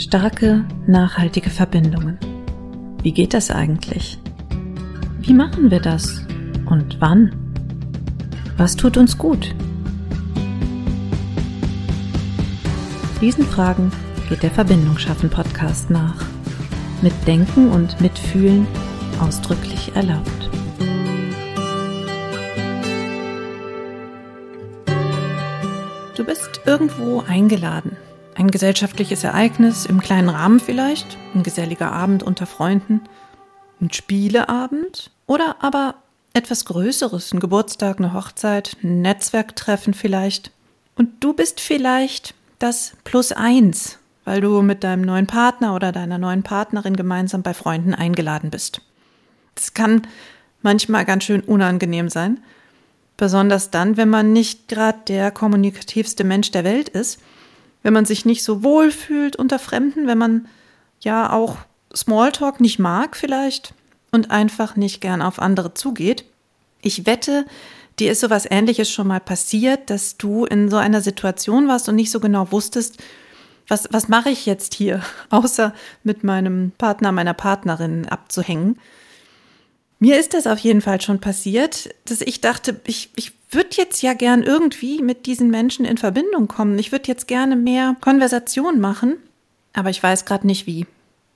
Starke, nachhaltige Verbindungen. Wie geht das eigentlich? Wie machen wir das? Und wann? Was tut uns gut? Diesen Fragen geht der Verbindung schaffen Podcast nach. Mit Denken und Mitfühlen ausdrücklich erlaubt. Du bist irgendwo eingeladen. Ein gesellschaftliches Ereignis, im kleinen Rahmen vielleicht, ein geselliger Abend unter Freunden, ein Spieleabend oder aber etwas Größeres, ein Geburtstag, eine Hochzeit, ein Netzwerktreffen vielleicht. Und du bist vielleicht das +1, weil du mit deinem neuen Partner oder deiner neuen Partnerin gemeinsam bei Freunden eingeladen bist. Das kann manchmal ganz schön unangenehm sein, besonders dann, wenn man nicht gerade der kommunikativste Mensch der Welt ist, wenn man sich nicht so wohl fühlt unter Fremden, wenn man ja auch Smalltalk nicht mag vielleicht und einfach nicht gern auf andere zugeht. Ich wette, dir ist sowas Ähnliches schon mal passiert, dass du in so einer Situation warst und nicht so genau wusstest, was mache ich jetzt hier, außer mit meinem Partner, meiner Partnerin abzuhängen. Mir ist das auf jeden Fall schon passiert, dass ich dachte, ich würde jetzt ja gern irgendwie mit diesen Menschen in Verbindung kommen. Ich würde jetzt gerne mehr Konversation machen, aber ich weiß gerade nicht wie.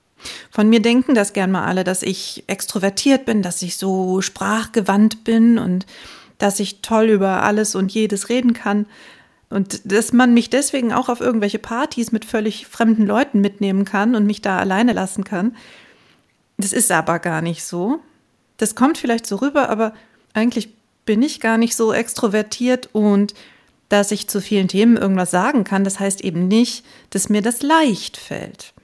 Von mir denken das gern mal alle, dass ich extrovertiert bin, dass ich so sprachgewandt bin und dass ich toll über alles und jedes reden kann und dass man mich deswegen auch auf irgendwelche Partys mit völlig fremden Leuten mitnehmen kann und mich da alleine lassen kann. Das ist aber gar nicht so. Das kommt vielleicht so rüber, aber eigentlich bin ich gar nicht so extrovertiert und dass ich zu vielen Themen irgendwas sagen kann, das heißt eben nicht, dass mir das leicht fällt.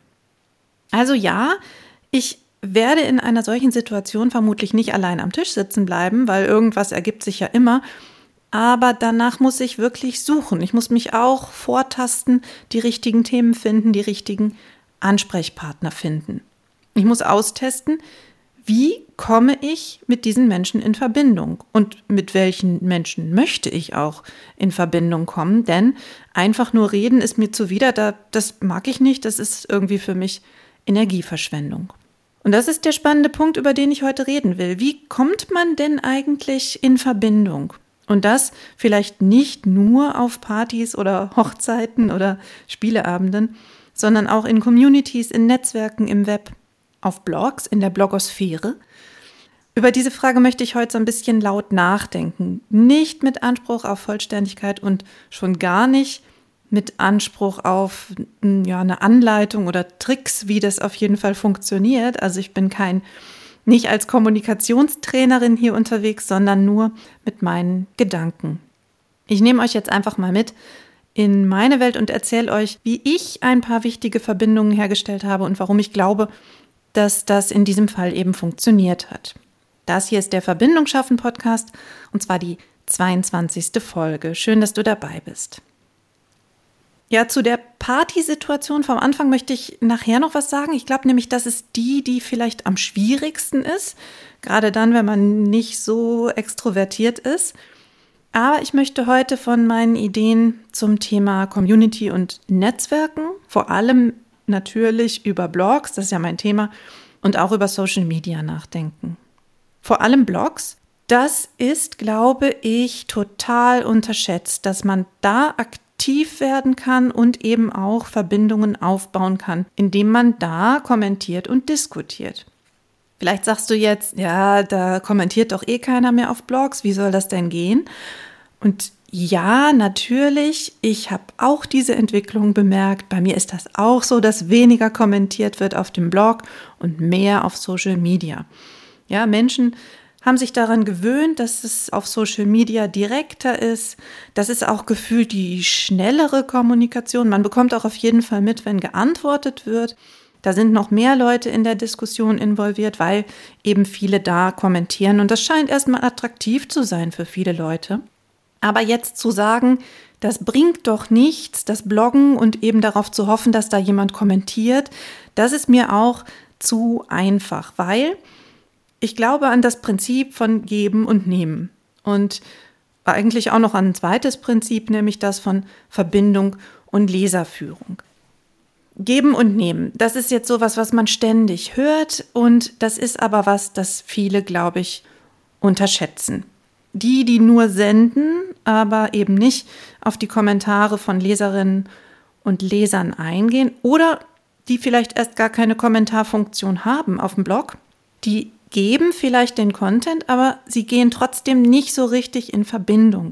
Also ja, ich werde in einer solchen Situation vermutlich nicht allein am Tisch sitzen bleiben, weil irgendwas ergibt sich ja immer, aber danach muss ich wirklich suchen. Ich muss mich auch vortasten, die richtigen Themen finden, die richtigen Ansprechpartner finden. Ich muss austesten, wie komme ich mit diesen Menschen in Verbindung und mit welchen Menschen möchte ich auch in Verbindung kommen, denn einfach nur reden ist mir zuwider, das mag ich nicht, das ist irgendwie für mich Energieverschwendung. Und das ist der spannende Punkt, über den ich heute reden will. Wie kommt man denn eigentlich in Verbindung? Und das vielleicht nicht nur auf Partys oder Hochzeiten oder Spieleabenden, sondern auch in Communities, in Netzwerken, im Web, auf Blogs, in der Blogosphäre. Über diese Frage möchte ich heute so ein bisschen laut nachdenken. Nicht mit Anspruch auf Vollständigkeit und schon gar nicht mit Anspruch auf eine Anleitung oder Tricks, wie das auf jeden Fall funktioniert. Also ich bin nicht als Kommunikationstrainerin hier unterwegs, sondern nur mit meinen Gedanken. Ich nehme euch jetzt einfach mal mit in meine Welt und erzähle euch, wie ich ein paar wichtige Verbindungen hergestellt habe und warum ich glaube, dass das in diesem Fall eben funktioniert hat. Das hier ist der Verbindung schaffen Podcast und zwar die 22. Folge. Schön, dass du dabei bist. Ja, zu der Partysituation vom Anfang möchte ich nachher noch was sagen. Ich glaube nämlich, das ist die vielleicht am schwierigsten ist, gerade dann, wenn man nicht so extrovertiert ist. Aber ich möchte heute von meinen Ideen zum Thema Community und Netzwerken, vor allem natürlich über Blogs, das ist ja mein Thema, und auch über Social Media nachdenken. Vor allem Blogs, das ist, glaube ich, total unterschätzt, dass man da aktiv werden kann und eben auch Verbindungen aufbauen kann, indem man da kommentiert und diskutiert. Vielleicht sagst du jetzt, ja, da kommentiert doch keiner mehr auf Blogs, wie soll das denn gehen? Und ja, natürlich, ich habe auch diese Entwicklung bemerkt. Bei mir ist das auch so, dass weniger kommentiert wird auf dem Blog und mehr auf Social Media. Ja, Menschen haben sich daran gewöhnt, dass es auf Social Media direkter ist. Das ist auch gefühlt die schnellere Kommunikation. Man bekommt auch auf jeden Fall mit, wenn geantwortet wird. Da sind noch mehr Leute in der Diskussion involviert, weil eben viele da kommentieren. Und das scheint erstmal attraktiv zu sein für viele Leute. Aber jetzt zu sagen, das bringt doch nichts, das Bloggen und eben darauf zu hoffen, dass da jemand kommentiert, das ist mir auch zu einfach, weil ich glaube an das Prinzip von Geben und Nehmen und eigentlich auch noch an ein zweites Prinzip, nämlich das von Verbindung und Leserführung. Geben und nehmen, das ist jetzt sowas, was man ständig hört und das ist aber was, das viele, glaube ich, unterschätzen. Die nur senden, aber eben nicht auf die Kommentare von Leserinnen und Lesern eingehen oder die vielleicht erst gar keine Kommentarfunktion haben auf dem Blog, die geben vielleicht den Content, aber sie gehen trotzdem nicht so richtig in Verbindung.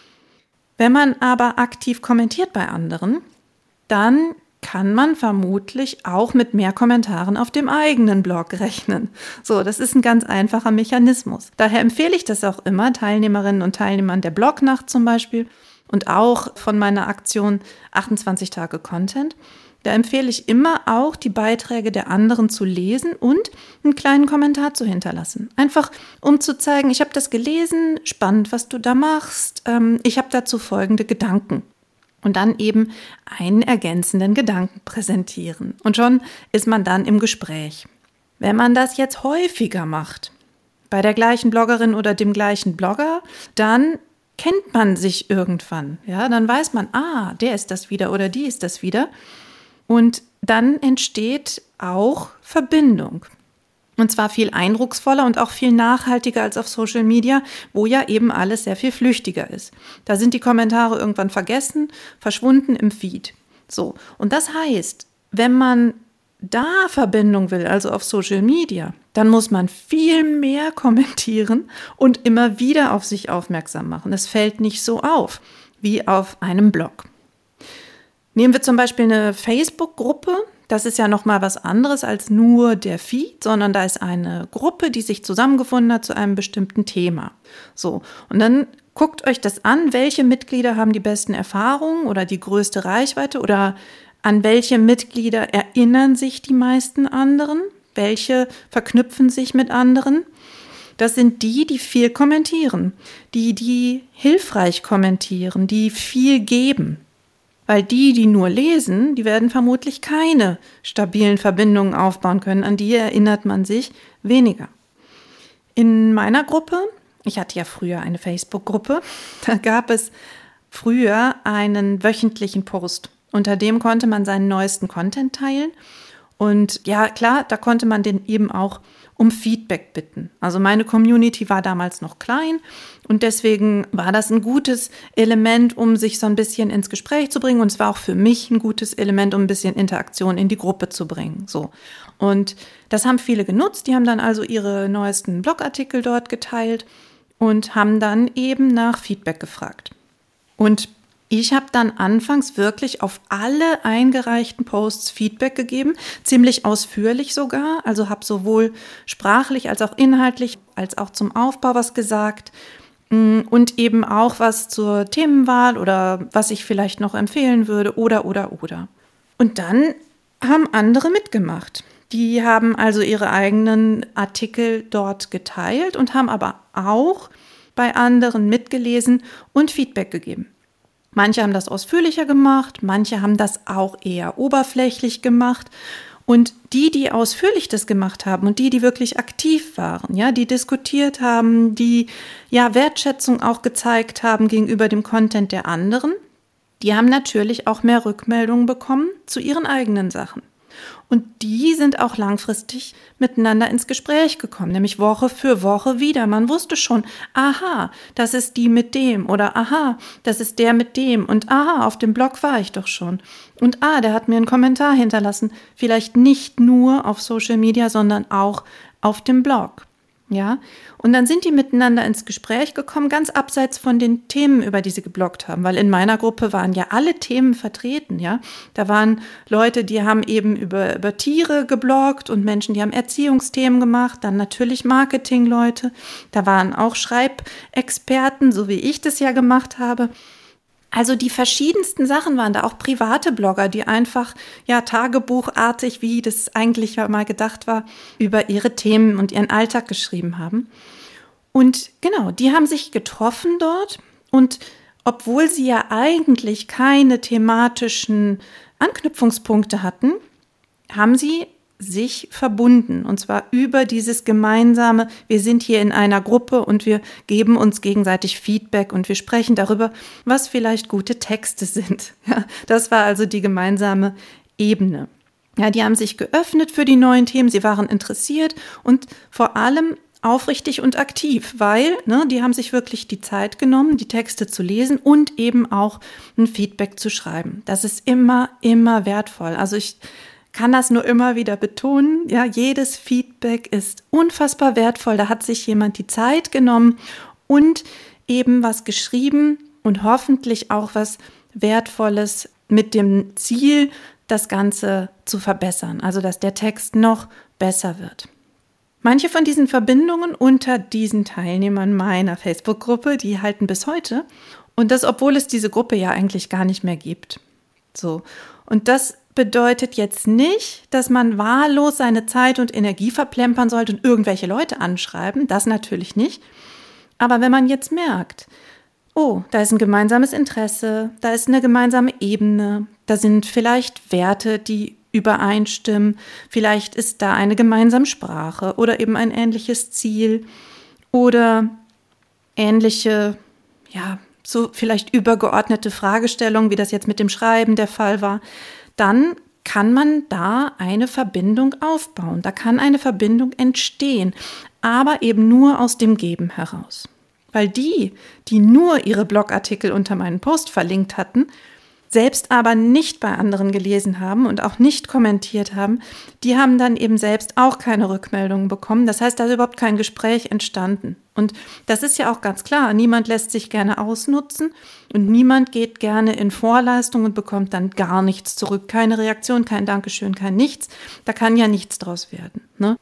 Wenn man aber aktiv kommentiert bei anderen, dann kann man vermutlich auch mit mehr Kommentaren auf dem eigenen Blog rechnen. So, das ist ein ganz einfacher Mechanismus. Daher empfehle ich das auch immer Teilnehmerinnen und Teilnehmern der Blognacht zum Beispiel und auch von meiner Aktion 28 Tage Content. Da empfehle ich immer auch, die Beiträge der anderen zu lesen und einen kleinen Kommentar zu hinterlassen. Einfach, um zu zeigen, ich habe das gelesen, spannend, was du da machst, ich habe dazu folgende Gedanken. Und dann eben einen ergänzenden Gedanken präsentieren. Und schon ist man dann im Gespräch. Wenn man das jetzt häufiger macht, bei der gleichen Bloggerin oder dem gleichen Blogger, dann kennt man sich irgendwann. Ja, dann weiß man, der ist das wieder oder die ist das wieder. Und dann entsteht auch Verbindung. Und zwar viel eindrucksvoller und auch viel nachhaltiger als auf Social Media, wo ja eben alles sehr viel flüchtiger ist. Da sind die Kommentare irgendwann vergessen, verschwunden im Feed. So. Und das heißt, wenn man da Verbindung will, also auf Social Media, dann muss man viel mehr kommentieren und immer wieder auf sich aufmerksam machen. Es fällt nicht so auf wie auf einem Blog. Nehmen wir zum Beispiel eine Facebook-Gruppe. Das ist ja nochmal was anderes als nur der Feed, sondern da ist eine Gruppe, die sich zusammengefunden hat zu einem bestimmten Thema. So, und dann guckt euch das an, welche Mitglieder haben die besten Erfahrungen oder die größte Reichweite oder an welche Mitglieder erinnern sich die meisten anderen, welche verknüpfen sich mit anderen. Das sind die viel kommentieren, die hilfreich kommentieren, die viel geben. Weil die nur lesen, die werden vermutlich keine stabilen Verbindungen aufbauen können, an die erinnert man sich weniger. In meiner Gruppe, ich hatte ja früher eine Facebook-Gruppe, da gab es früher einen wöchentlichen Post. Unter dem konnte man seinen neuesten Content teilen. Und ja, klar, da konnte man den eben auch um Feedback bitten. Also meine Community war damals noch klein und deswegen war das ein gutes Element, um sich so ein bisschen ins Gespräch zu bringen. Und es war auch für mich ein gutes Element, um ein bisschen Interaktion in die Gruppe zu bringen. So. Und das haben viele genutzt. Die haben dann also ihre neuesten Blogartikel dort geteilt und haben dann eben nach Feedback gefragt. Und ich habe dann anfangs wirklich auf alle eingereichten Posts Feedback gegeben, ziemlich ausführlich sogar, also habe sowohl sprachlich als auch inhaltlich, als auch zum Aufbau was gesagt und eben auch was zur Themenwahl oder was ich vielleicht noch empfehlen würde oder. Und dann haben andere mitgemacht. Die haben also ihre eigenen Artikel dort geteilt und haben aber auch bei anderen mitgelesen und Feedback gegeben. Manche haben das ausführlicher gemacht, manche haben das auch eher oberflächlich gemacht. Und die ausführlich das gemacht haben und die wirklich aktiv waren, ja, die diskutiert haben, die ja Wertschätzung auch gezeigt haben gegenüber dem Content der anderen, die haben natürlich auch mehr Rückmeldungen bekommen zu ihren eigenen Sachen. Und die sind auch langfristig miteinander ins Gespräch gekommen, nämlich Woche für Woche wieder. Man wusste schon, aha, das ist die mit dem oder aha, das ist der mit dem und aha, auf dem Blog war ich doch schon. Und der hat mir einen Kommentar hinterlassen, vielleicht nicht nur auf Social Media, sondern auch auf dem Blog. Ja, und dann sind die miteinander ins Gespräch gekommen, ganz abseits von den Themen, über die sie gebloggt haben, weil in meiner Gruppe waren ja alle Themen vertreten, ja. Da waren Leute, die haben eben über Tiere gebloggt und Menschen, die haben Erziehungsthemen gemacht, dann natürlich Marketingleute, da waren auch Schreibexperten, so wie ich das ja gemacht habe. Also die verschiedensten Sachen waren da, auch private Blogger, die einfach ja tagebuchartig, wie das eigentlich mal gedacht war, über ihre Themen und ihren Alltag geschrieben haben. Und genau, die haben sich getroffen dort und obwohl sie ja eigentlich keine thematischen Anknüpfungspunkte hatten, haben sie sich verbunden und zwar über dieses gemeinsame, wir sind hier in einer Gruppe und wir geben uns gegenseitig Feedback und wir sprechen darüber, was vielleicht gute Texte sind. Ja, das war also die gemeinsame Ebene. Ja, die haben sich geöffnet für die neuen Themen, sie waren interessiert und vor allem aufrichtig und aktiv, weil die haben sich wirklich die Zeit genommen, die Texte zu lesen und eben auch ein Feedback zu schreiben. Das ist immer, immer wertvoll. Also ich kann das nur immer wieder betonen. Ja, jedes Feedback ist unfassbar wertvoll. Da hat sich jemand die Zeit genommen und eben was geschrieben und hoffentlich auch was Wertvolles mit dem Ziel, das Ganze zu verbessern. Also, dass der Text noch besser wird. Manche von diesen Verbindungen unter diesen Teilnehmern meiner Facebook-Gruppe, die halten bis heute. Und das, obwohl es diese Gruppe ja eigentlich gar nicht mehr gibt. So. Und das bedeutet jetzt nicht, dass man wahllos seine Zeit und Energie verplempern sollte und irgendwelche Leute anschreiben. Das natürlich nicht. Aber wenn man jetzt merkt, oh, da ist ein gemeinsames Interesse, da ist eine gemeinsame Ebene, da sind vielleicht Werte, die übereinstimmen, vielleicht ist da eine gemeinsame Sprache oder eben ein ähnliches Ziel oder ähnliche, so vielleicht übergeordnete Fragestellungen, wie das jetzt mit dem Schreiben der Fall war, dann kann man da eine Verbindung aufbauen. Da kann eine Verbindung entstehen, aber eben nur aus dem Geben heraus. Weil die nur ihre Blogartikel unter meinen Post verlinkt hatten, selbst aber nicht bei anderen gelesen haben und auch nicht kommentiert haben, die haben dann eben selbst auch keine Rückmeldungen bekommen. Das heißt, da ist überhaupt kein Gespräch entstanden. Und das ist ja auch ganz klar, niemand lässt sich gerne ausnutzen und niemand geht gerne in Vorleistung und bekommt dann gar nichts zurück. Keine Reaktion, kein Dankeschön, kein nichts. Da kann ja nichts draus werden, ne?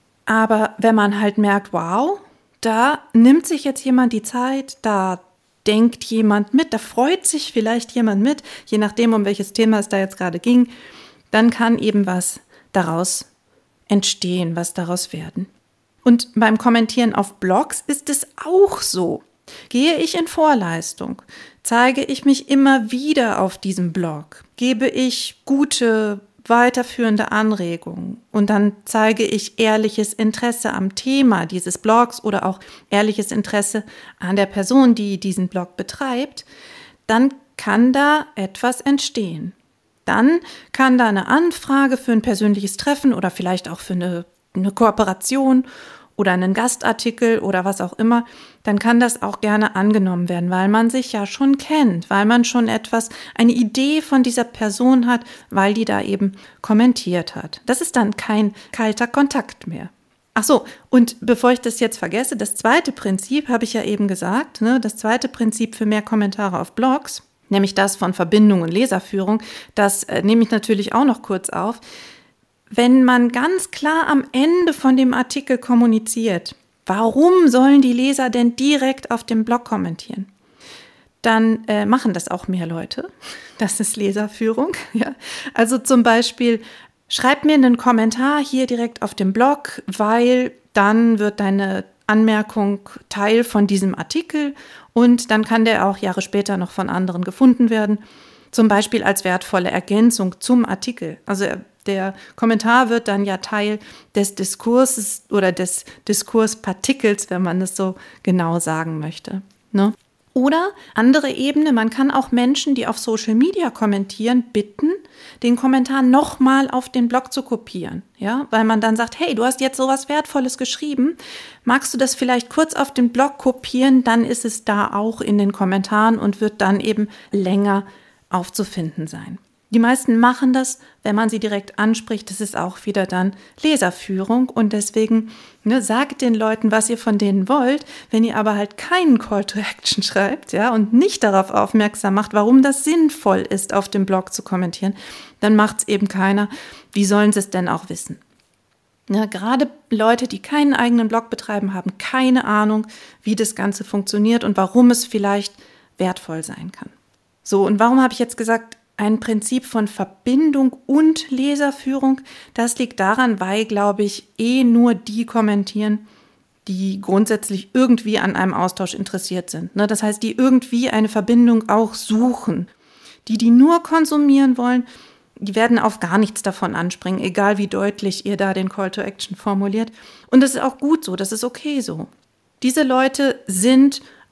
Aber wenn man halt merkt, wow, da nimmt sich jetzt jemand die Zeit, da denkt jemand mit, da freut sich vielleicht jemand mit, je nachdem, um welches Thema es da jetzt gerade ging, dann kann eben was daraus entstehen, was daraus werden. Und beim Kommentieren auf Blogs ist es auch so. Gehe ich in Vorleistung, zeige ich mich immer wieder auf diesem Blog, gebe ich gute, weiterführende Anregungen und dann zeige ich ehrliches Interesse am Thema dieses Blogs oder auch ehrliches Interesse an der Person, die diesen Blog betreibt, dann kann da etwas entstehen. Dann kann da eine Anfrage für ein persönliches Treffen oder vielleicht auch für eine Kooperation oder einen Gastartikel oder was auch immer, dann kann das auch gerne angenommen werden, weil man sich ja schon kennt, weil man schon eine Idee von dieser Person hat, weil die da eben kommentiert hat. Das ist dann kein kalter Kontakt mehr. Ach so, und bevor ich das jetzt vergesse, das zweite Prinzip habe ich ja eben gesagt, das zweite Prinzip für mehr Kommentare auf Blogs, nämlich das von Verbindung und Leserführung, das nehme ich natürlich auch noch kurz auf. Wenn man ganz klar am Ende von dem Artikel kommuniziert, warum sollen die Leser denn direkt auf dem Blog kommentieren? Dann machen das auch mehr Leute. Das ist Leserführung. Ja. Also zum Beispiel, schreib mir einen Kommentar hier direkt auf dem Blog, weil dann wird deine Anmerkung Teil von diesem Artikel und dann kann der auch Jahre später noch von anderen gefunden werden. Zum Beispiel als wertvolle Ergänzung zum Artikel. Also der Kommentar wird dann ja Teil des Diskurses oder des Diskurspartikels, wenn man es so genau sagen möchte. Ne? Oder andere Ebene, man kann auch Menschen, die auf Social Media kommentieren, bitten, den Kommentar nochmal auf den Blog zu kopieren. Ja? Weil man dann sagt, hey, du hast jetzt sowas Wertvolles geschrieben, magst du das vielleicht kurz auf den Blog kopieren, dann ist es da auch in den Kommentaren und wird dann eben länger aufzufinden sein. Die meisten machen das, wenn man sie direkt anspricht. Das ist auch wieder dann Leserführung und deswegen sagt den Leuten, was ihr von denen wollt. Wenn ihr aber halt keinen Call to Action schreibt, ja, und nicht darauf aufmerksam macht, warum das sinnvoll ist, auf dem Blog zu kommentieren, dann macht es eben keiner. Wie sollen sie es denn auch wissen? Ja, gerade Leute, die keinen eigenen Blog betreiben, haben keine Ahnung, wie das Ganze funktioniert und warum es vielleicht wertvoll sein kann. So, und warum habe ich jetzt gesagt, ein Prinzip von Verbindung und Leserführung? Das liegt daran, weil, glaube ich, nur die kommentieren, die grundsätzlich irgendwie an einem Austausch interessiert sind. Das heißt, die irgendwie eine Verbindung auch suchen. Die nur konsumieren wollen, die werden auf gar nichts davon anspringen, egal wie deutlich ihr da den Call to Action formuliert. Und das ist auch gut so, das ist okay so. Diese Leute sind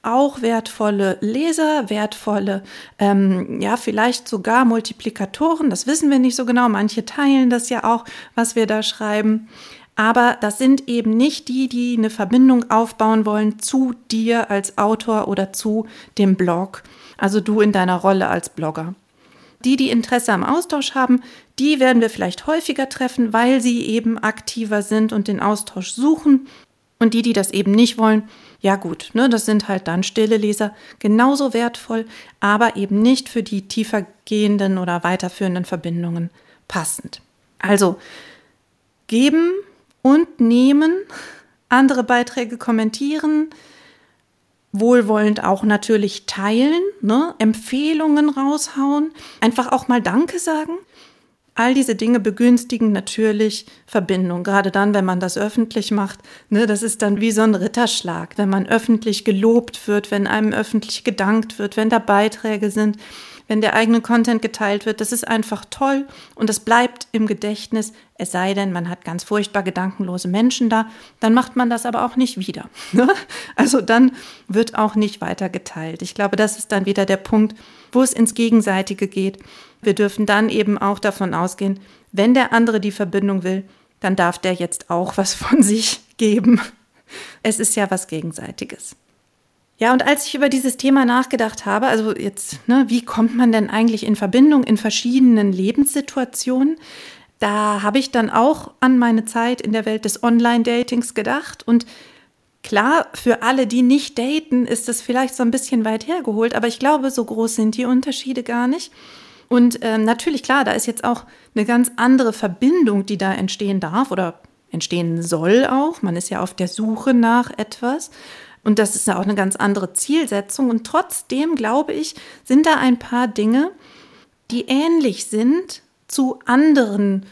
auch wertvolle Leser, wertvolle, vielleicht sogar Multiplikatoren. Das wissen wir nicht so genau. Manche teilen das ja auch, was wir da schreiben. Aber das sind eben nicht die, die eine Verbindung aufbauen wollen zu dir als Autor oder zu dem Blog. Also du in deiner Rolle als Blogger. Die Interesse am Austausch haben, die werden wir vielleicht häufiger treffen, weil sie eben aktiver sind und den Austausch suchen. Und die das eben nicht wollen, ja gut, ne, das sind halt dann stille Leser, genauso wertvoll, aber eben nicht für die tiefer gehenden oder weiterführenden Verbindungen passend. Also geben und nehmen, andere Beiträge kommentieren, wohlwollend auch natürlich teilen, ne, Empfehlungen raushauen, einfach auch mal Danke sagen. All diese Dinge begünstigen natürlich Verbindung, gerade dann, wenn man das öffentlich macht. Ne, das ist dann wie so ein Ritterschlag, wenn man öffentlich gelobt wird, wenn einem öffentlich gedankt wird, wenn da Beiträge sind, wenn der eigene Content geteilt wird. Das ist einfach toll und das bleibt im Gedächtnis, es sei denn, man hat ganz furchtbar gedankenlose Menschen da, dann macht man das aber auch nicht wieder. Ne? Also dann wird auch nicht weiter geteilt. Ich glaube, das ist dann wieder der Punkt, wo es ins Gegenseitige geht. Wir dürfen dann eben auch davon ausgehen, wenn der andere die Verbindung will, dann darf der jetzt auch was von sich geben. Es ist ja was Gegenseitiges. Ja, und als ich über dieses Thema nachgedacht habe, also jetzt, ne, wie kommt man denn eigentlich in Verbindung in verschiedenen Lebenssituationen, da habe ich dann auch an meine Zeit in der Welt des Online-Datings gedacht. Und klar, für alle, die nicht daten, ist das vielleicht so ein bisschen weit hergeholt, aber ich glaube, so groß sind die Unterschiede gar nicht. Und natürlich, klar, da ist jetzt auch eine ganz andere Verbindung, die da entstehen darf oder entstehen soll auch. Man ist ja auf der Suche nach etwas. Und das ist ja auch eine ganz andere Zielsetzung. Und trotzdem, glaube ich, sind da ein paar Dinge, die ähnlich sind zu anderen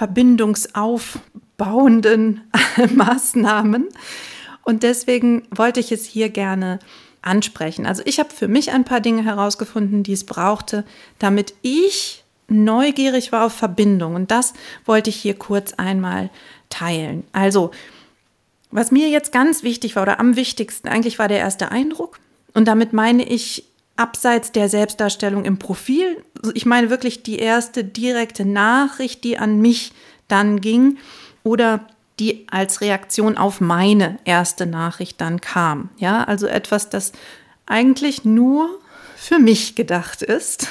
verbindungsaufbauenden Maßnahmen. Und deswegen wollte ich es hier gerne ansprechen. Also ich habe für mich ein paar Dinge herausgefunden, die es brauchte, damit ich neugierig war auf Verbindung. Und das wollte ich hier kurz einmal teilen. Also, was mir jetzt ganz wichtig war oder am wichtigsten eigentlich war der erste Eindruck. Und damit meine ich abseits der Selbstdarstellung im Profil. Ich meine wirklich die erste direkte Nachricht, die an mich dann ging oder die als Reaktion auf meine erste Nachricht dann kam. Ja, also etwas, das eigentlich nur für mich gedacht ist.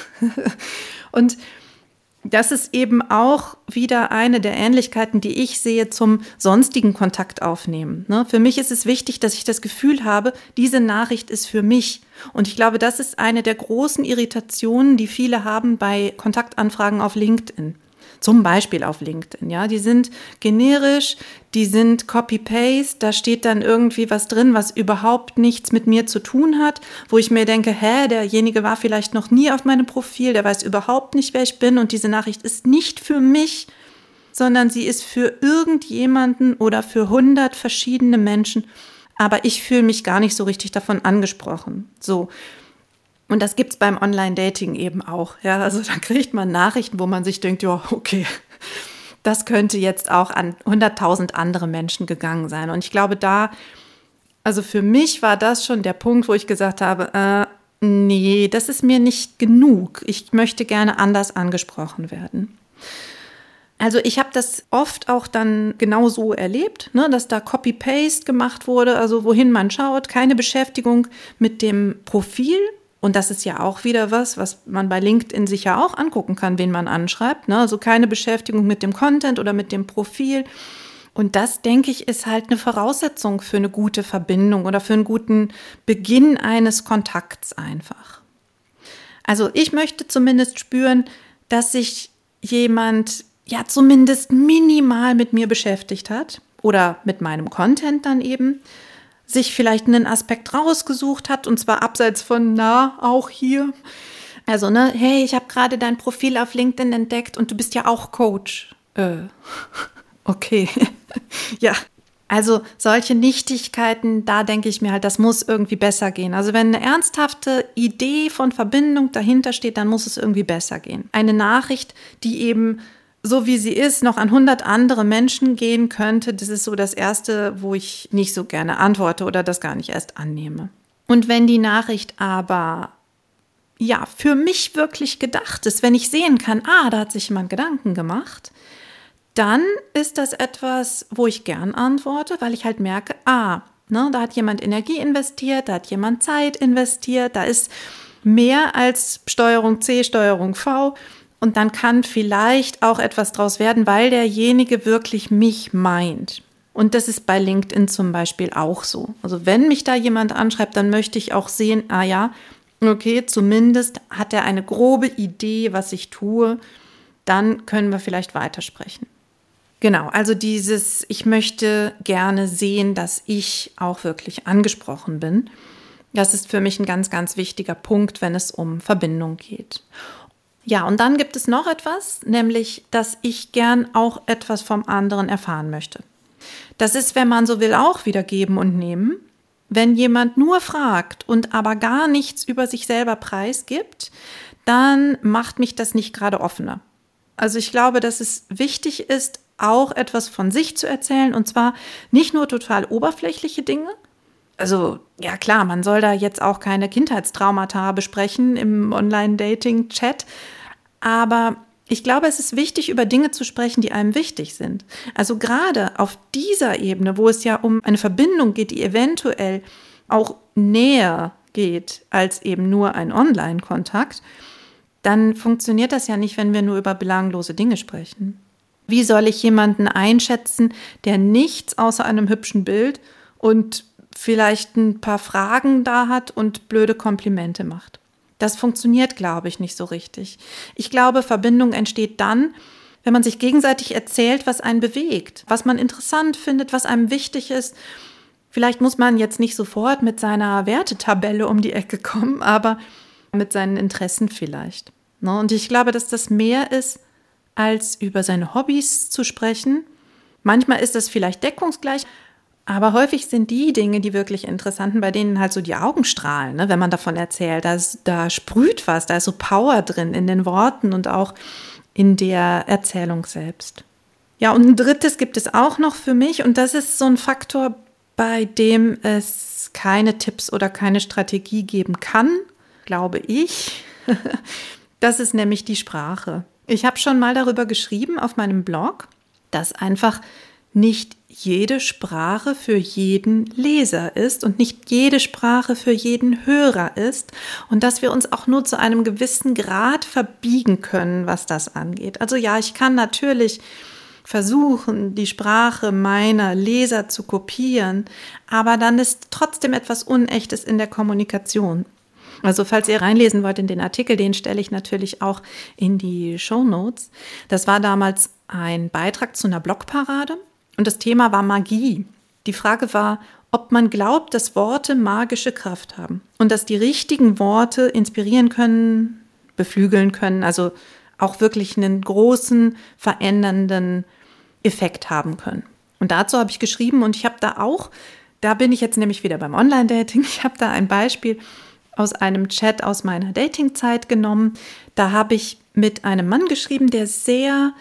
Und das ist eben auch wieder eine der Ähnlichkeiten, die ich sehe zum sonstigen Kontakt aufnehmen. Ne? Für mich ist es wichtig, dass ich das Gefühl habe, diese Nachricht ist für mich. Und ich glaube, das ist eine der großen Irritationen, die viele haben bei Kontaktanfragen auf LinkedIn. Zum Beispiel auf LinkedIn, ja, die sind generisch, die sind Copy-Paste, da steht dann irgendwie was drin, was überhaupt nichts mit mir zu tun hat, wo ich mir denke, derjenige war vielleicht noch nie auf meinem Profil, der weiß überhaupt nicht, wer ich bin und diese Nachricht ist nicht für mich, sondern sie ist für irgendjemanden oder für 100 verschiedene Menschen, aber ich fühle mich gar nicht so richtig davon angesprochen, so. Und das gibt's beim Online-Dating eben auch. Ja, also da kriegt man Nachrichten, wo man sich denkt, ja, okay, das könnte jetzt auch an 100.000 andere Menschen gegangen sein. Und ich glaube, also für mich war das schon der Punkt, wo ich gesagt habe, nee, das ist mir nicht genug. Ich möchte gerne anders angesprochen werden. Also ich habe das oft auch dann genau so erlebt, ne, dass da Copy-Paste gemacht wurde, also wohin man schaut, keine Beschäftigung mit dem Profil. Und das ist ja auch wieder was man bei LinkedIn sich ja auch angucken kann, wen man anschreibt. Ne? Also keine Beschäftigung mit dem Content oder mit dem Profil. Und das, denke ich, ist halt eine Voraussetzung für eine gute Verbindung oder für einen guten Beginn eines Kontakts einfach. Also ich möchte zumindest spüren, dass sich jemand ja zumindest minimal mit mir beschäftigt hat oder mit meinem Content dann eben, sich vielleicht einen Aspekt rausgesucht hat und zwar abseits von, auch hier. Also, hey, ich habe gerade dein Profil auf LinkedIn entdeckt und du bist ja auch Coach. Okay. Ja, also solche Nichtigkeiten, da denke ich mir halt, das muss irgendwie besser gehen. Also wenn eine ernsthafte Idee von Verbindung dahinter steht, dann muss es irgendwie besser gehen. Eine Nachricht, die eben so wie sie ist, noch an 100 andere Menschen gehen könnte, das ist so das Erste, wo ich nicht so gerne antworte oder das gar nicht erst annehme. Und wenn die Nachricht aber ja für mich wirklich gedacht ist, wenn ich sehen kann, da hat sich jemand Gedanken gemacht, dann ist das etwas, wo ich gern antworte, weil ich halt merke, da hat jemand Energie investiert, da hat jemand Zeit investiert, da ist mehr als Steuerung C, Steuerung V. Und dann kann vielleicht auch etwas draus werden, weil derjenige wirklich mich meint. Und das ist bei LinkedIn zum Beispiel auch so. Also wenn mich da jemand anschreibt, dann möchte ich auch sehen, okay, zumindest hat er eine grobe Idee, was ich tue. Dann können wir vielleicht weitersprechen. Genau, also ich möchte gerne sehen, dass ich auch wirklich angesprochen bin. Das ist für mich ein ganz, ganz wichtiger Punkt, wenn es um Verbindung geht. Ja, und dann gibt es noch etwas, nämlich, dass ich gern auch etwas vom anderen erfahren möchte. Das ist, wenn man so will, auch wieder geben und nehmen. Wenn jemand nur fragt und aber gar nichts über sich selber preisgibt, dann macht mich das nicht gerade offener. Also ich glaube, dass es wichtig ist, auch etwas von sich zu erzählen, und zwar nicht nur total oberflächliche Dinge. Also ja klar, man soll da jetzt auch keine Kindheitstraumata besprechen im Online-Dating-Chat, aber ich glaube, es ist wichtig, über Dinge zu sprechen, die einem wichtig sind. Also gerade auf dieser Ebene, wo es ja um eine Verbindung geht, die eventuell auch näher geht als eben nur ein Online-Kontakt, dann funktioniert das ja nicht, wenn wir nur über belanglose Dinge sprechen. Wie soll ich jemanden einschätzen, der nichts außer einem hübschen Bild und vielleicht ein paar Fragen da hat und blöde Komplimente macht? Das funktioniert, glaube ich, nicht so richtig. Ich glaube, Verbindung entsteht dann, wenn man sich gegenseitig erzählt, was einen bewegt, was man interessant findet, was einem wichtig ist. Vielleicht muss man jetzt nicht sofort mit seiner Wertetabelle um die Ecke kommen, aber mit seinen Interessen vielleicht. Und ich glaube, dass das mehr ist, als über seine Hobbys zu sprechen. Manchmal ist das vielleicht deckungsgleich, aber häufig sind die Dinge, die wirklich interessanten, bei denen halt so die Augen strahlen, ne? Wenn man davon erzählt, da sprüht was, da ist so Power drin in den Worten und auch in der Erzählung selbst. Ja, und ein drittes gibt es auch noch für mich, und das ist so ein Faktor, bei dem es keine Tipps oder keine Strategie geben kann, glaube ich. Das ist nämlich die Sprache. Ich habe schon mal darüber geschrieben auf meinem Blog, dass einfach nicht jede Sprache für jeden Leser ist und nicht jede Sprache für jeden Hörer ist und dass wir uns auch nur zu einem gewissen Grad verbiegen können, was das angeht. Also ja, ich kann natürlich versuchen, die Sprache meiner Leser zu kopieren, aber dann ist trotzdem etwas Unechtes in der Kommunikation. Also falls ihr reinlesen wollt in den Artikel, den stelle ich natürlich auch in die Shownotes. Das war damals ein Beitrag zu einer Blogparade und das Thema war Magie. Die Frage war, ob man glaubt, dass Worte magische Kraft haben und dass die richtigen Worte inspirieren können, beflügeln können, also auch wirklich einen großen, verändernden Effekt haben können. Und dazu habe ich geschrieben und ich habe da bin ich jetzt nämlich wieder beim Online-Dating, ich habe da ein Beispiel aus einem Chat aus meiner Datingzeit genommen. Da habe ich mit einem Mann geschrieben, der sehr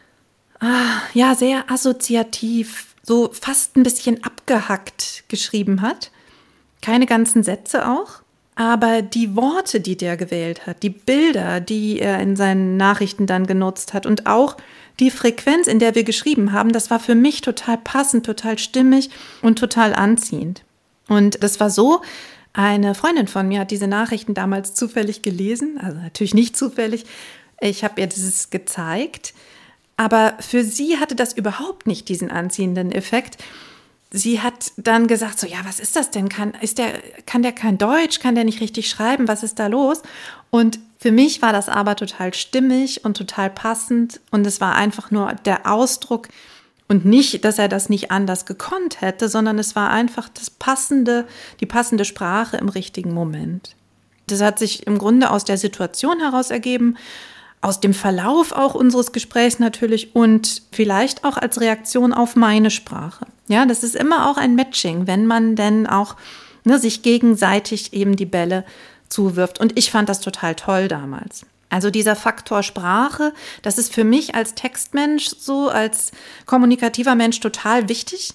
assoziativ, so fast ein bisschen abgehackt geschrieben hat. Keine ganzen Sätze auch, aber die Worte, die der gewählt hat, die Bilder, die er in seinen Nachrichten dann genutzt hat und auch die Frequenz, in der wir geschrieben haben, das war für mich total passend, total stimmig und total anziehend. Und das war so, eine Freundin von mir hat diese Nachrichten damals zufällig gelesen, also natürlich nicht zufällig. Ich habe ihr das gezeigt, aber für sie hatte das überhaupt nicht diesen anziehenden Effekt. Sie hat dann gesagt, so ja, was ist das denn? Kann der kein Deutsch? Kann der nicht richtig schreiben? Was ist da los? Und für mich war das aber total stimmig und total passend und es war einfach nur der Ausdruck und nicht, dass er das nicht anders gekonnt hätte, sondern es war einfach die passende Sprache im richtigen Moment. Das hat sich im Grunde aus der Situation heraus ergeben, aus dem Verlauf auch unseres Gesprächs natürlich und vielleicht auch als Reaktion auf meine Sprache. Ja, das ist immer auch ein Matching, wenn man denn auch sich gegenseitig eben die Bälle zuwirft. Und ich fand das total toll damals. Also dieser Faktor Sprache, das ist für mich als Textmensch, so als kommunikativer Mensch total wichtig.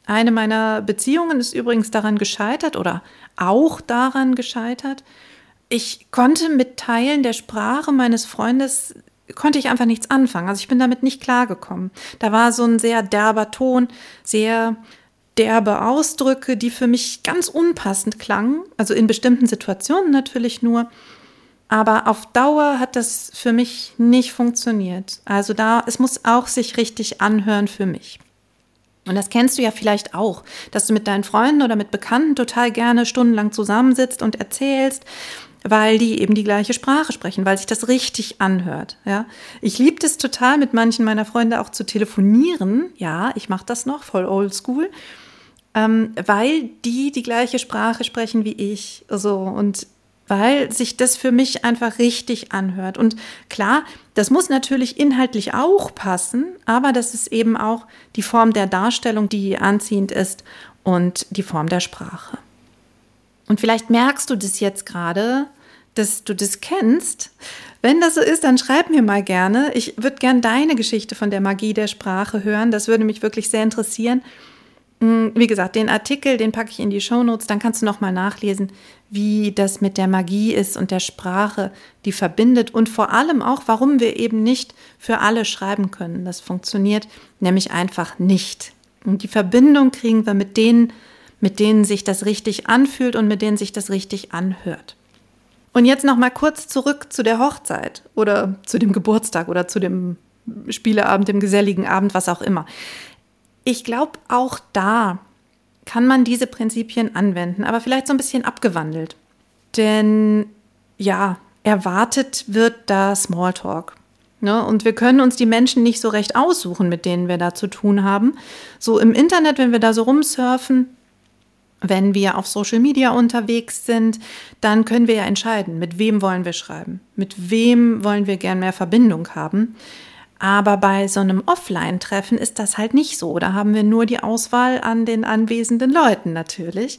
Eine meiner Beziehungen ist übrigens daran gescheitert oder auch daran gescheitert. Ich konnte mit Teilen der Sprache meines Freundes, konnte ich einfach nichts anfangen. Also ich bin damit nicht klargekommen. Da war so ein sehr derber Ton, sehr derbe Ausdrücke, die für mich ganz unpassend klangen. Also in bestimmten Situationen natürlich nur. Aber auf Dauer hat das für mich nicht funktioniert. Also es muss auch sich richtig anhören für mich. Und das kennst du ja vielleicht auch, dass du mit deinen Freunden oder mit Bekannten total gerne stundenlang zusammensitzt und erzählst, weil die eben die gleiche Sprache sprechen, weil sich das richtig anhört. Ja? Ich liebe es total, mit manchen meiner Freunde auch zu telefonieren. Ja, ich mache das noch, voll oldschool, weil die gleiche Sprache sprechen wie ich. So, und weil sich das für mich einfach richtig anhört. Und klar, das muss natürlich inhaltlich auch passen, aber das ist eben auch die Form der Darstellung, die anziehend ist und die Form der Sprache. Und vielleicht merkst du das jetzt gerade, dass du das kennst. Wenn das so ist, dann schreib mir mal gerne. Ich würde gerne deine Geschichte von der Magie der Sprache hören. Das würde mich wirklich sehr interessieren. Wie gesagt, den Artikel, den packe ich in die Shownotes, dann kannst du nochmal nachlesen, wie das mit der Magie ist und der Sprache, die verbindet und vor allem auch, warum wir eben nicht für alle schreiben können. Das funktioniert nämlich einfach nicht. Und die Verbindung kriegen wir mit denen sich das richtig anfühlt und mit denen sich das richtig anhört. Und jetzt nochmal kurz zurück zu der Hochzeit oder zu dem Geburtstag oder zu dem Spieleabend, dem geselligen Abend, was auch immer. Ich glaube, auch da kann man diese Prinzipien anwenden, aber vielleicht so ein bisschen abgewandelt. Denn ja, erwartet wird da Smalltalk. Ne? Und wir können uns die Menschen nicht so recht aussuchen, mit denen wir da zu tun haben. So im Internet, wenn wir da so rumsurfen, wenn wir auf Social Media unterwegs sind, dann können wir ja entscheiden, mit wem wollen wir schreiben, mit wem wollen wir gern mehr Verbindung haben. Aber bei so einem Offline-Treffen ist das halt nicht so. Da haben wir nur die Auswahl an den anwesenden Leuten natürlich.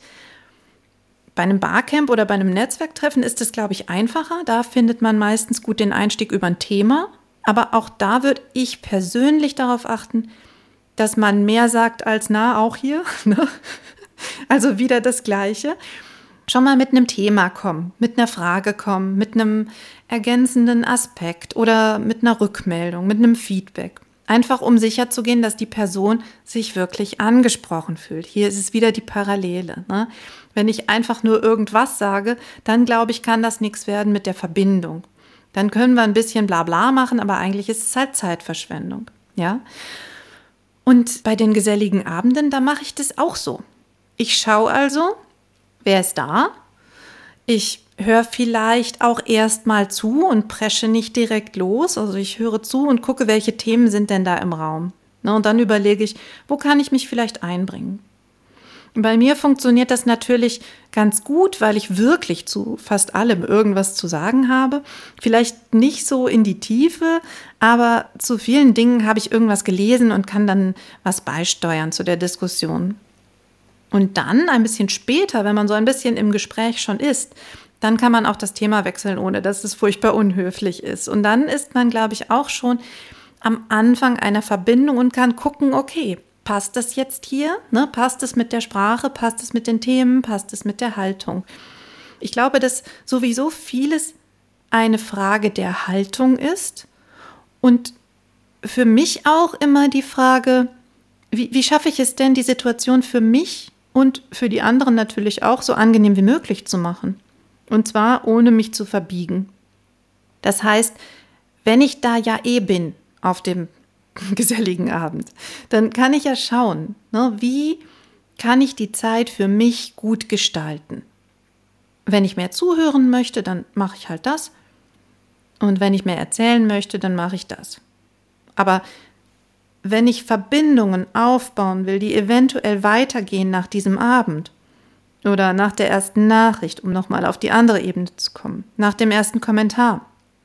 Bei einem Barcamp oder bei einem Netzwerktreffen ist es, glaube ich, einfacher. Da findet man meistens gut den Einstieg über ein Thema. Aber auch da würde ich persönlich darauf achten, dass man mehr sagt als na, auch hier. Ne? Also wieder das Gleiche. Schon mal mit einem Thema kommen, mit einer Frage kommen, mit einem ergänzenden Aspekt oder mit einer Rückmeldung, mit einem Feedback. Einfach um sicherzugehen, dass die Person sich wirklich angesprochen fühlt. Hier ist es wieder die Parallele. Ne? Wenn ich einfach nur irgendwas sage, dann glaube ich, kann das nichts werden mit der Verbindung. Dann können wir ein bisschen Blabla machen, aber eigentlich ist es halt Zeitverschwendung. Ja? Und bei den geselligen Abenden, da mache ich das auch so. Ich schaue also, wer ist da? Ich höre vielleicht auch erst mal zu und presche nicht direkt los. Also ich höre zu und gucke, welche Themen sind denn da im Raum. Und dann überlege ich, wo kann ich mich vielleicht einbringen? Bei mir funktioniert das natürlich ganz gut, weil ich wirklich zu fast allem irgendwas zu sagen habe. Vielleicht nicht so in die Tiefe, aber zu vielen Dingen habe ich irgendwas gelesen und kann dann was beisteuern zu der Diskussion. Und dann, ein bisschen später, wenn man so ein bisschen im Gespräch schon ist, dann kann man auch das Thema wechseln, ohne dass es furchtbar unhöflich ist. Und dann ist man, glaube ich, auch schon am Anfang einer Verbindung und kann gucken, okay, passt das jetzt hier? Ne? Passt es mit der Sprache? Passt es mit den Themen? Passt es mit der Haltung? Ich glaube, dass sowieso vieles eine Frage der Haltung ist. Und für mich auch immer die Frage, wie schaffe ich es denn, die Situation für mich und für die anderen natürlich auch so angenehm wie möglich zu machen. Und zwar ohne mich zu verbiegen. Das heißt, wenn ich da ja bin auf dem geselligen Abend, dann kann ich ja schauen, ne, wie kann ich die Zeit für mich gut gestalten. Wenn ich mehr zuhören möchte, dann mache ich halt das. Und wenn ich mehr erzählen möchte, dann mache ich das. Aber wenn ich Verbindungen aufbauen will, die eventuell weitergehen nach diesem Abend oder nach der ersten Nachricht, um nochmal auf die andere Ebene zu kommen, nach dem ersten Kommentar.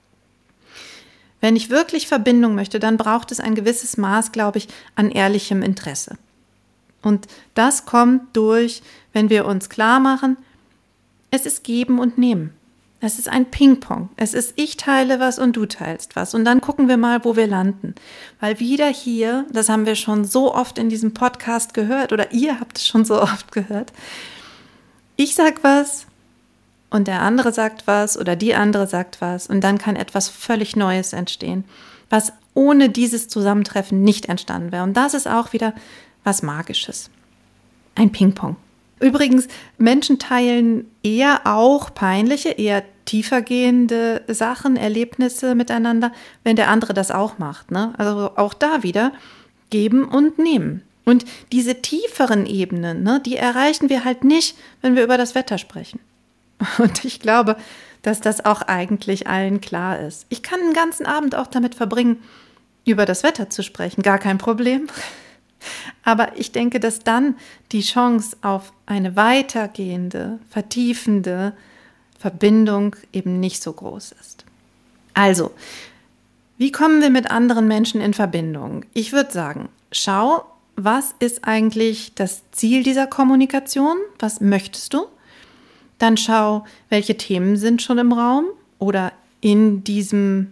Wenn ich wirklich Verbindung möchte, dann braucht es ein gewisses Maß, glaube ich, an ehrlichem Interesse. Und das kommt durch, wenn wir uns klar machen, es ist Geben und Nehmen. Es ist ein Ping-Pong. Es ist, ich teile was und du teilst was. Und dann gucken wir mal, wo wir landen. Weil wieder hier, das haben wir schon so oft in diesem Podcast gehört, oder ihr habt es schon so oft gehört. Ich sag was und der andere sagt was oder die andere sagt was. Und dann kann etwas völlig Neues entstehen, was ohne dieses Zusammentreffen nicht entstanden wäre. Und das ist auch wieder was Magisches. Ein Ping-Pong. Übrigens, Menschen teilen eher auch peinliche, eher tiefergehende Sachen, Erlebnisse miteinander, wenn der andere das auch macht, ne? Also auch da wieder geben und nehmen. Und diese tieferen Ebenen, ne, die erreichen wir halt nicht, wenn wir über das Wetter sprechen. Und ich glaube, dass das auch eigentlich allen klar ist. Ich kann den ganzen Abend auch damit verbringen, über das Wetter zu sprechen, gar kein Problem. Aber ich denke, dass dann die Chance auf eine weitergehende, vertiefende Verbindung eben nicht so groß ist. Also, wie kommen wir mit anderen Menschen in Verbindung? Ich würde sagen, schau, was ist eigentlich das Ziel dieser Kommunikation? Was möchtest du? Dann schau, welche Themen sind schon im Raum oder in dieser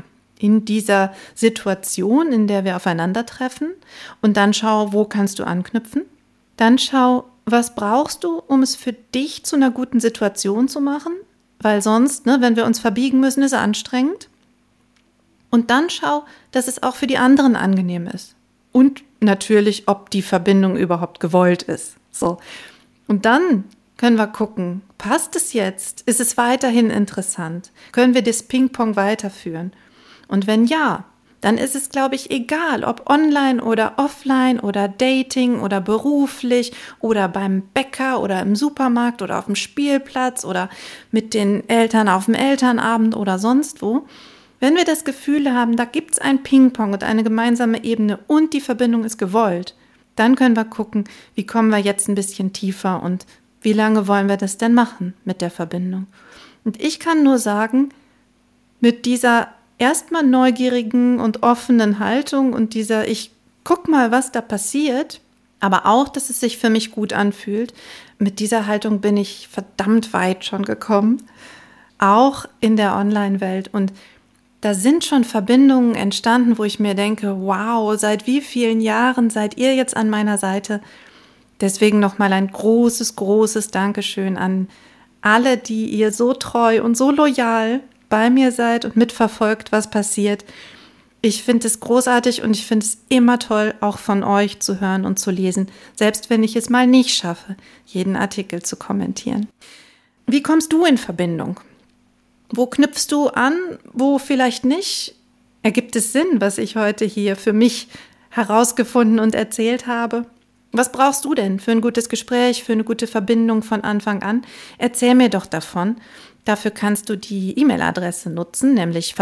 Situation, in der wir aufeinandertreffen, und dann schau, wo kannst du anknüpfen. Dann schau, was brauchst du, um es für dich zu einer guten Situation zu machen, weil sonst, wenn wir uns verbiegen müssen, ist es anstrengend. Und dann schau, dass es auch für die anderen angenehm ist. Und natürlich, ob die Verbindung überhaupt gewollt ist. So. Und dann können wir gucken, passt es jetzt? Ist es weiterhin interessant? Können wir das Ping-Pong weiterführen? Und wenn ja, dann ist es, glaube ich, egal, ob online oder offline oder Dating oder beruflich oder beim Bäcker oder im Supermarkt oder auf dem Spielplatz oder mit den Eltern auf dem Elternabend oder sonst wo. Wenn wir das Gefühl haben, da gibt es ein Ping-Pong und eine gemeinsame Ebene und die Verbindung ist gewollt, dann können wir gucken, wie kommen wir jetzt ein bisschen tiefer und wie lange wollen wir das denn machen mit der Verbindung. Und ich kann nur sagen, mit dieser erstmal neugierigen und offenen Haltung und dieser, ich guck mal, was da passiert, aber auch, dass es sich für mich gut anfühlt, mit dieser Haltung bin ich verdammt weit schon gekommen, auch in der Online-Welt. Und da sind schon Verbindungen entstanden, wo ich mir denke, wow, seit wie vielen Jahren seid ihr jetzt an meiner Seite? Deswegen nochmal ein großes, großes Dankeschön an alle, die ihr so treu und so loyal bei mir seid und mitverfolgt, was passiert. Ich finde es großartig und ich finde es immer toll, auch von euch zu hören und zu lesen, selbst wenn ich es mal nicht schaffe, jeden Artikel zu kommentieren. Wie kommst du in Verbindung? Wo knüpfst du an, wo vielleicht nicht? Ergibt es Sinn, was ich heute hier für mich herausgefunden und erzählt habe? Was brauchst du denn für ein gutes Gespräch, für eine gute Verbindung von Anfang an? Erzähl mir doch davon. Dafür kannst du die E-Mail-Adresse nutzen, nämlich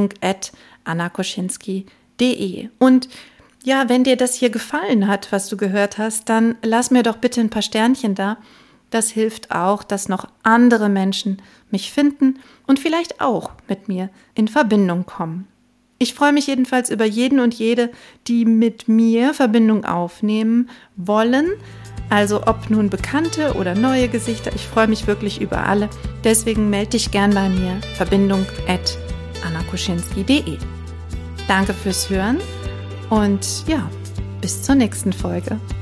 verbindung@annakoschinski.de. Und ja, wenn dir das hier gefallen hat, was du gehört hast, dann lass mir doch bitte ein paar Sternchen da. Das hilft auch, dass noch andere Menschen mich finden und vielleicht auch mit mir in Verbindung kommen. Ich freue mich jedenfalls über jeden und jede, die mit mir Verbindung aufnehmen wollen. Also ob nun bekannte oder neue Gesichter, ich freue mich wirklich über alle. Deswegen melde dich gern bei mir, verbindung@annakoschinski.de. Danke fürs Hören und ja, bis zur nächsten Folge.